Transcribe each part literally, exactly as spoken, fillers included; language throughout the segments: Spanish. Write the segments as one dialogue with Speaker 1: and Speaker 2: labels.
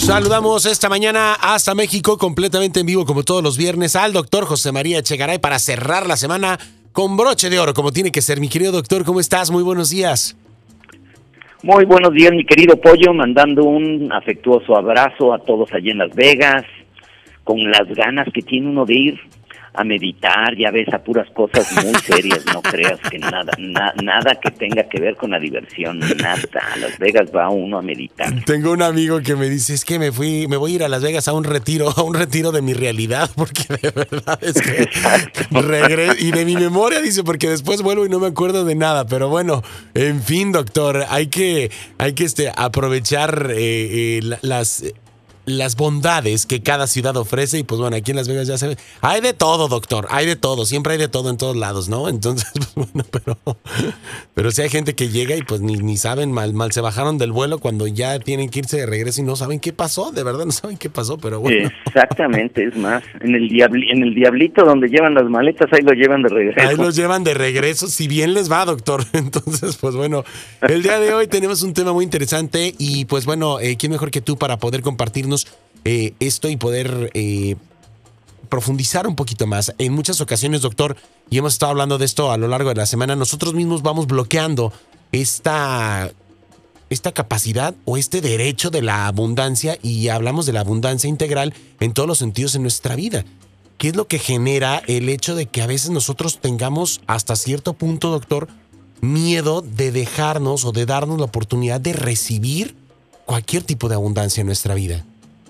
Speaker 1: Saludamos esta mañana hasta México, completamente en vivo como todos los viernes, al doctor José María Echegaray para cerrar la semana con broche de oro, como tiene que ser. Mi querido doctor, ¿cómo estás? Muy buenos días.
Speaker 2: Muy buenos días, mi querido Pollo, mandando un afectuoso abrazo a todos allí en Las Vegas, con las ganas que tiene uno de ir a meditar, ya ves, a puras cosas muy serias, no creas que nada, na, nada que tenga que ver con la diversión, nada. A Las Vegas va uno a meditar.
Speaker 1: Tengo un amigo que me dice, es que me fui, me voy a ir a Las Vegas a un retiro, a un retiro de mi realidad, porque de verdad es que regreso, y de mi memoria, dice, porque después vuelvo y no me acuerdo de nada, pero bueno, en fin, doctor, hay que, hay que este, aprovechar eh, eh, las... las bondades que cada ciudad ofrece y pues bueno, aquí en Las Vegas ya se ve, hay de todo, doctor, hay de todo, siempre hay de todo en todos lados, ¿no? Entonces, pues bueno, pero pero si hay gente que llega y pues ni, ni saben, mal, mal se bajaron del vuelo cuando ya tienen que irse de regreso y no saben qué pasó, de verdad no saben qué pasó, pero bueno.
Speaker 2: Exactamente, es más, en el diabli, en el diablito donde llevan las maletas, ahí lo llevan de regreso.
Speaker 1: Ahí los llevan de regreso, si bien les va, doctor. Entonces, pues bueno, el día de hoy tenemos un tema muy interesante y pues bueno, eh, ¿quién mejor que tú para poder compartirnos Eh, esto y poder eh, profundizar un poquito más? En muchas ocasiones, doctor, y hemos estado hablando de esto a lo largo de la semana, nosotros mismos vamos bloqueando esta, esta capacidad o este derecho de la abundancia, y hablamos de la abundancia integral en todos los sentidos en nuestra vida. ¿Qué es lo que genera el hecho de que a veces nosotros tengamos hasta cierto punto, doctor, miedo de dejarnos o de darnos la oportunidad de recibir cualquier tipo de abundancia en nuestra vida?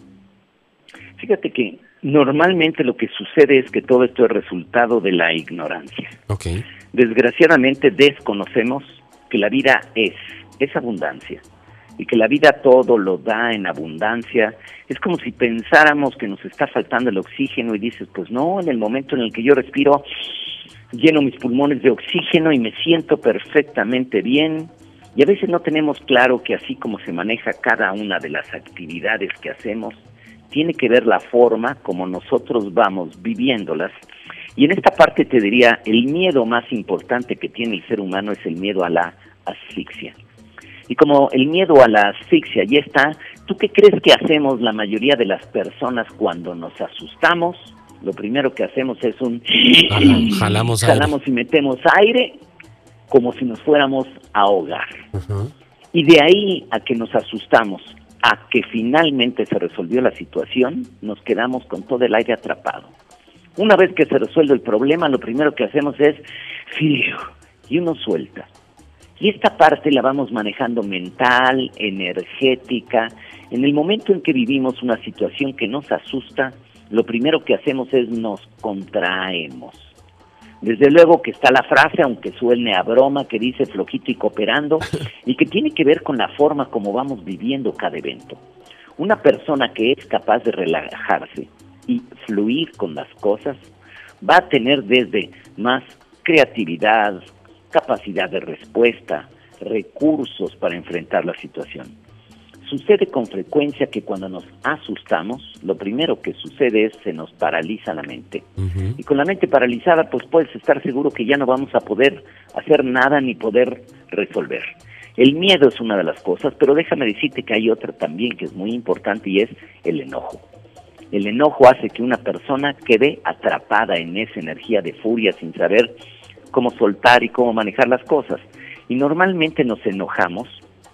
Speaker 2: Fíjate que normalmente lo que sucede es que todo esto es resultado de la ignorancia.
Speaker 1: Okay.
Speaker 2: Desgraciadamente desconocemos que la vida es, es abundancia, y que la vida todo lo da en abundancia. Es como si pensáramos que nos está faltando el oxígeno y dices, pues no, en el momento en el que yo respiro, lleno mis pulmones de oxígeno y me siento perfectamente bien. Y a veces no tenemos claro que así como se maneja cada una de las actividades que hacemos, tiene que ver la forma como nosotros vamos viviéndolas. Y en esta parte te diría, el miedo más importante que tiene el ser humano es el miedo a la asfixia. Y como el miedo a la asfixia ya está, ¿tú qué crees que hacemos la mayoría de las personas cuando nos asustamos? Lo primero que hacemos es un...
Speaker 1: Jalamos,
Speaker 2: jalamos
Speaker 1: aire.
Speaker 2: y metemos aire como si nos fuéramos a ahogar.
Speaker 1: Uh-huh.
Speaker 2: Y de ahí a que nos asustamos, a que finalmente se resolvió la situación, nos quedamos con todo el aire atrapado. Una vez que se resuelve el problema, lo primero que hacemos es ¡fiu! Y uno suelta. Y esta parte la vamos manejando mental, energética. En el momento en que vivimos una situación que nos asusta, lo primero que hacemos es nos contraemos. Desde luego que está la frase, aunque suene a broma, que dice flojito y cooperando, y que tiene que ver con la forma como vamos viviendo cada evento. Una persona que es capaz de relajarse y fluir con las cosas, va a tener desde más creatividad, capacidad de respuesta, recursos para enfrentar la situación. Sucede con frecuencia que cuando nos asustamos, lo primero que sucede es se nos paraliza la mente. Uh-huh. Y con la mente paralizada, pues puedes estar seguro que ya no vamos a poder hacer nada ni poder resolver. El miedo es una de las cosas, pero déjame decirte que hay otra también que es muy importante y es el enojo. El enojo hace que una persona quede atrapada en esa energía de furia sin saber cómo soltar y cómo manejar las cosas. Y normalmente nos enojamos.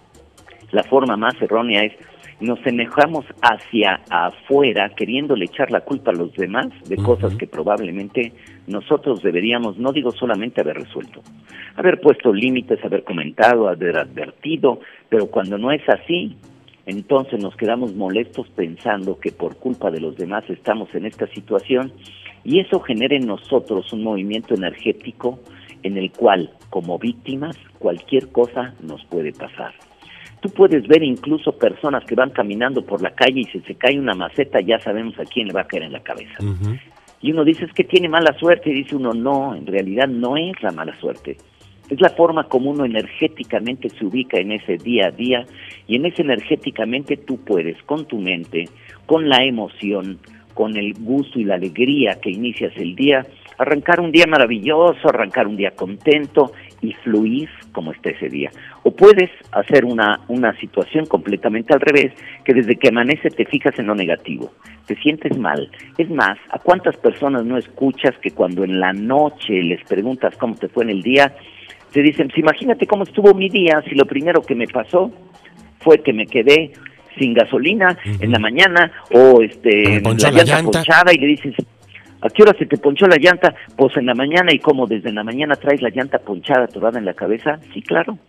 Speaker 2: La forma más errónea es, nos enojamos hacia afuera, queriéndole echar la culpa a los demás de uh-huh. cosas que probablemente nosotros deberíamos, no digo solamente haber resuelto, haber puesto límites, haber comentado, haber advertido, pero cuando no es así, entonces nos quedamos molestos pensando que por culpa de los demás estamos en esta situación, y eso genera en nosotros un movimiento energético en el cual, como víctimas, cualquier cosa nos puede pasar. Tú puedes ver incluso personas que van caminando por la calle y si se cae una maceta ya sabemos a quién le va a caer en la cabeza. Uh-huh. Y uno dice, es que tiene mala suerte, y dice uno, no, en realidad no es la mala suerte. Es la forma como uno energéticamente se ubica en ese día a día, y en ese energéticamente tú puedes, con tu mente, con la emoción, con el gusto y la alegría que inicias el día, arrancar un día maravilloso, arrancar un día contento, y fluir como está ese día. O puedes hacer una, una situación completamente al revés, que desde que amanece te fijas en lo negativo, te sientes mal. Es más, ¿a cuántas personas no escuchas que cuando en la noche les preguntas cómo te fue en el día, te dicen, pues imagínate cómo estuvo mi día si lo primero que me pasó fue que me quedé sin gasolina uh-huh. en la mañana, o este la, la llanta, llanta ponchada, y le dices, ¿a qué hora se te ponchó la llanta? Pues en la mañana. ¿Y cómo desde la mañana traes la llanta ponchada atorada en la cabeza? Sí, claro.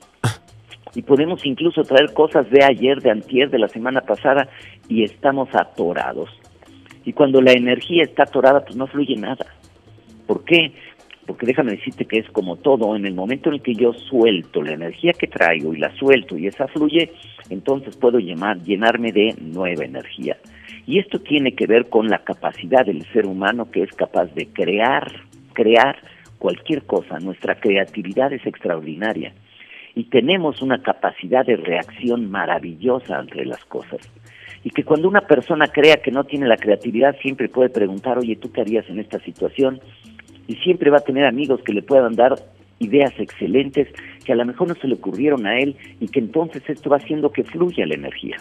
Speaker 2: Y podemos incluso traer cosas de ayer, de antier, de la semana pasada, y estamos atorados. Y cuando la energía está atorada, pues no fluye nada. ¿Por qué? Porque déjame decirte que es como todo, en el momento en el que yo suelto la energía que traigo y la suelto y esa fluye, entonces puedo llamar, llenarme de nueva energía. Y esto tiene que ver con la capacidad del ser humano, que es capaz de crear, crear cualquier cosa. Nuestra creatividad es extraordinaria y tenemos una capacidad de reacción maravillosa ante las cosas. Y que cuando una persona crea que no tiene la creatividad, siempre puede preguntar, oye, ¿tú qué harías en esta situación? Y siempre va a tener amigos que le puedan dar ideas excelentes que a lo mejor no se le ocurrieron a él, y que entonces esto va haciendo que fluya la energía.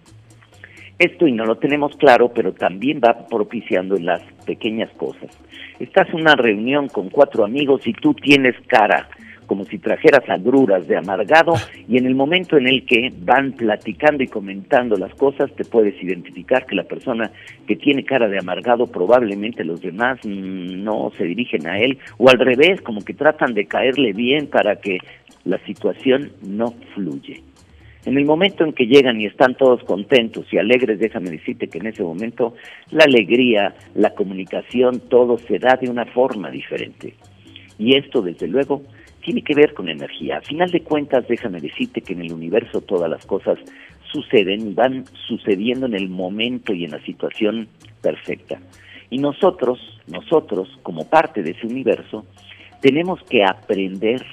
Speaker 2: Esto, y no lo tenemos claro, pero también va propiciando en las pequeñas cosas. Estás en una reunión con cuatro amigos y tú tienes cara como si trajeras agruras de amargado, y en el momento en el que van platicando y comentando las cosas, te puedes identificar que la persona que tiene cara de amargado, probablemente los demás no se dirigen a él, o al revés, como que tratan de caerle bien para que la situación no fluye. En el momento en que llegan y están todos contentos y alegres, déjame decirte que en ese momento la alegría, la comunicación, todo se da de una forma diferente. Y esto, desde luego, tiene que ver con energía. A final de cuentas, déjame decirte que en el universo todas las cosas suceden, van sucediendo en el momento y en la situación perfecta. Y nosotros, nosotros, como parte de ese universo, tenemos que aprender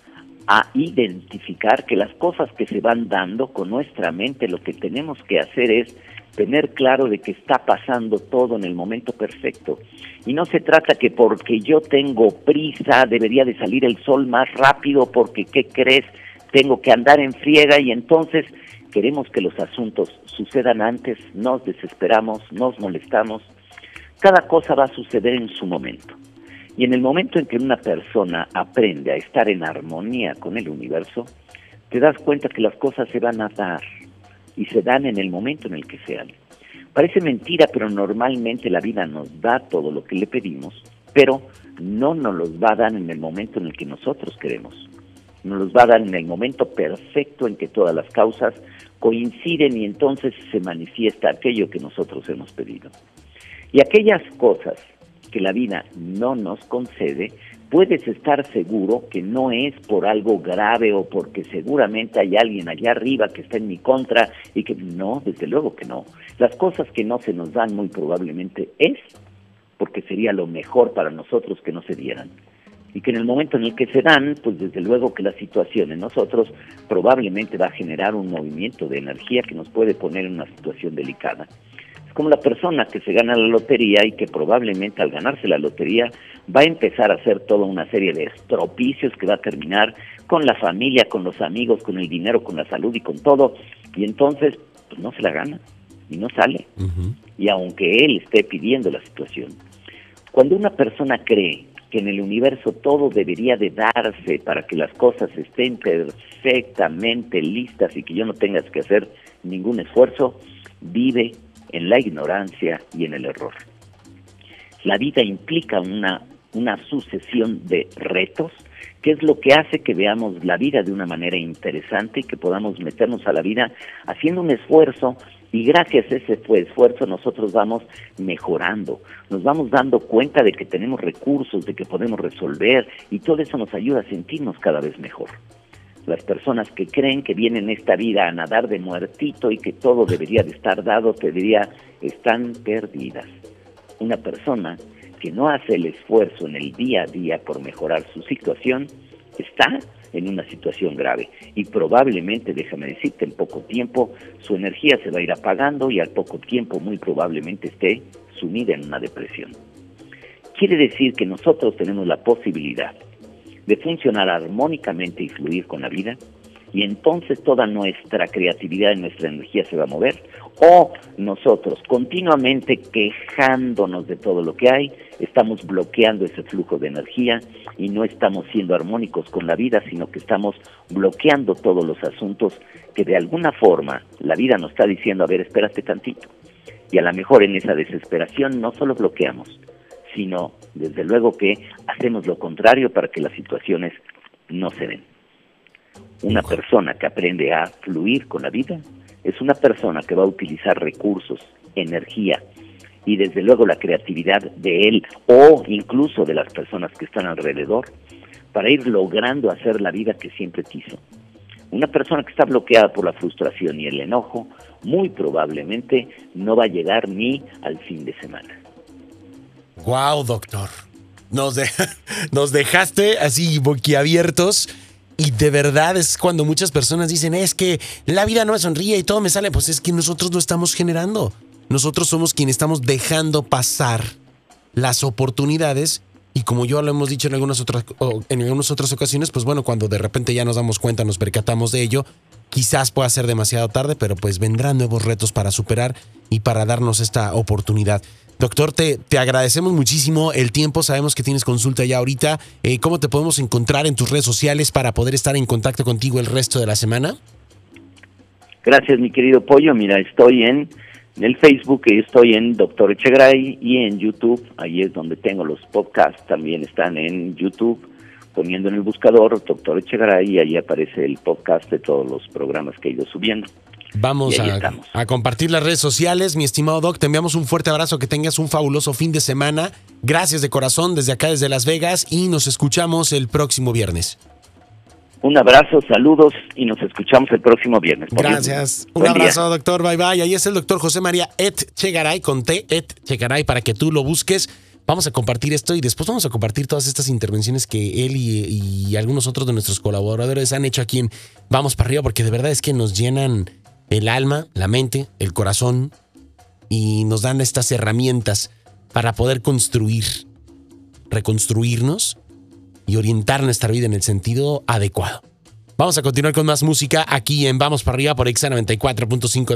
Speaker 2: a identificar que las cosas que se van dando con nuestra mente, lo que tenemos que hacer es tener claro de que está pasando todo en el momento perfecto. Y no se trata que porque yo tengo prisa debería de salir el sol más rápido, porque ¿qué crees? Tengo que andar en friega, y entonces queremos que los asuntos sucedan antes, nos desesperamos, nos molestamos. Cada cosa va a suceder en su momento. Y en el momento en que una persona aprende a estar en armonía con el universo, te das cuenta que las cosas se van a dar, y se dan en el momento en el que sean. Parece mentira, pero normalmente la vida nos da todo lo que le pedimos, pero no nos los va a dar en el momento en el que nosotros queremos. Nos los va a dar en el momento perfecto en que todas las causas coinciden, y entonces se manifiesta aquello que nosotros hemos pedido. Y aquellas cosas que la vida no nos concede, puedes estar seguro que no es por algo grave o porque seguramente hay alguien allá arriba que está en mi contra, y que no, desde luego que no. Las cosas que no se nos dan muy probablemente es porque sería lo mejor para nosotros que no se dieran. Y que en el momento en el que se dan, pues desde luego que la situación en nosotros probablemente va a generar un movimiento de energía que nos puede poner en una situación delicada. Como la persona que se gana la lotería y que probablemente al ganarse la lotería va a empezar a hacer toda una serie de estropicios que va a terminar con la familia, con los amigos, con el dinero, con la salud y con todo, y entonces pues no se la gana y no sale. Uh-huh. Y aunque él esté pidiendo la situación, cuando una persona cree que en el universo todo debería de darse para que las cosas estén perfectamente listas y que yo no tenga que hacer ningún esfuerzo, vive en la ignorancia y en el error. La vida implica una, una sucesión de retos, que es lo que hace que veamos la vida de una manera interesante y que podamos meternos a la vida haciendo un esfuerzo, y gracias a ese esfuerzo nosotros vamos mejorando, nos vamos dando cuenta de que tenemos recursos, de que podemos resolver, y todo eso nos ayuda a sentirnos cada vez mejor. Las personas que creen que vienen esta vida a nadar de muertito y que todo debería de estar dado, te diría, están perdidas. Una persona que no hace el esfuerzo en el día a día por mejorar su situación, está en una situación grave. Y probablemente, déjame decirte, en poco tiempo su energía se va a ir apagando, y al poco tiempo muy probablemente esté sumida en una depresión. Quiere decir que nosotros tenemos la posibilidad de funcionar armónicamente y fluir con la vida, y entonces toda nuestra creatividad y nuestra energía se va a mover, o nosotros continuamente quejándonos de todo lo que hay, estamos bloqueando ese flujo de energía y no estamos siendo armónicos con la vida, sino que estamos bloqueando todos los asuntos que de alguna forma la vida nos está diciendo, a ver, espérate tantito. Y a lo mejor en esa desesperación no solo bloqueamos, sino desde luego que hacemos lo contrario para que las situaciones no se den. Una persona que aprende a fluir con la vida es una persona que va a utilizar recursos, energía y desde luego la creatividad de él o incluso de las personas que están alrededor para ir logrando hacer la vida que siempre quiso. Una persona que está bloqueada por la frustración y el enojo muy probablemente no va a llegar ni al fin de semana.
Speaker 1: Wow, doctor. Nos, de, nos dejaste así boquiabiertos. Y de verdad es cuando muchas personas dicen, es que la vida no me sonríe y todo me sale. Pues es que nosotros lo estamos generando. Nosotros somos quienes estamos dejando pasar las oportunidades. Y como yo lo hemos dicho en algunas otras, en algunas otras ocasiones, pues bueno, cuando de repente ya nos damos cuenta, nos percatamos de ello, quizás pueda ser demasiado tarde, pero pues vendrán nuevos retos para superar y para darnos esta oportunidad. Doctor, te, te agradecemos muchísimo el tiempo. Sabemos que tienes consulta ya ahorita. Eh, ¿Cómo te podemos encontrar en tus redes sociales para poder estar en contacto contigo el resto de la semana?
Speaker 2: Gracias, mi querido Pollo. Mira, estoy en, en el Facebook, y estoy en Doctor Echegaray, y en YouTube, ahí es donde tengo los podcasts, también están en YouTube, poniendo en el buscador Doctor Echegaray, y ahí aparece el podcast de todos los programas que he ido subiendo.
Speaker 1: Vamos a, a compartir las redes sociales. Mi estimado Doc, te enviamos un fuerte abrazo, que tengas un fabuloso fin de semana. Gracias de corazón desde acá, desde Las Vegas, y nos escuchamos el próximo viernes.
Speaker 2: Un abrazo, saludos, y nos escuchamos el próximo viernes.
Speaker 1: Gracias. Un abrazo, día. Doctor. Bye, bye. Ahí es el doctor José María Echegaray, con T, Echegaray, para que tú lo busques. Vamos a compartir esto y después vamos a compartir todas estas intervenciones que él y, y algunos otros de nuestros colaboradores han hecho aquí en Vamos para Arriba, porque de verdad es que nos llenan el alma, la mente, el corazón, y nos dan estas herramientas para poder construir, reconstruirnos y orientar nuestra vida en el sentido adecuado. Vamos a continuar con más música aquí en Vamos para Arriba por Exa noventa y cuatro punto cinco.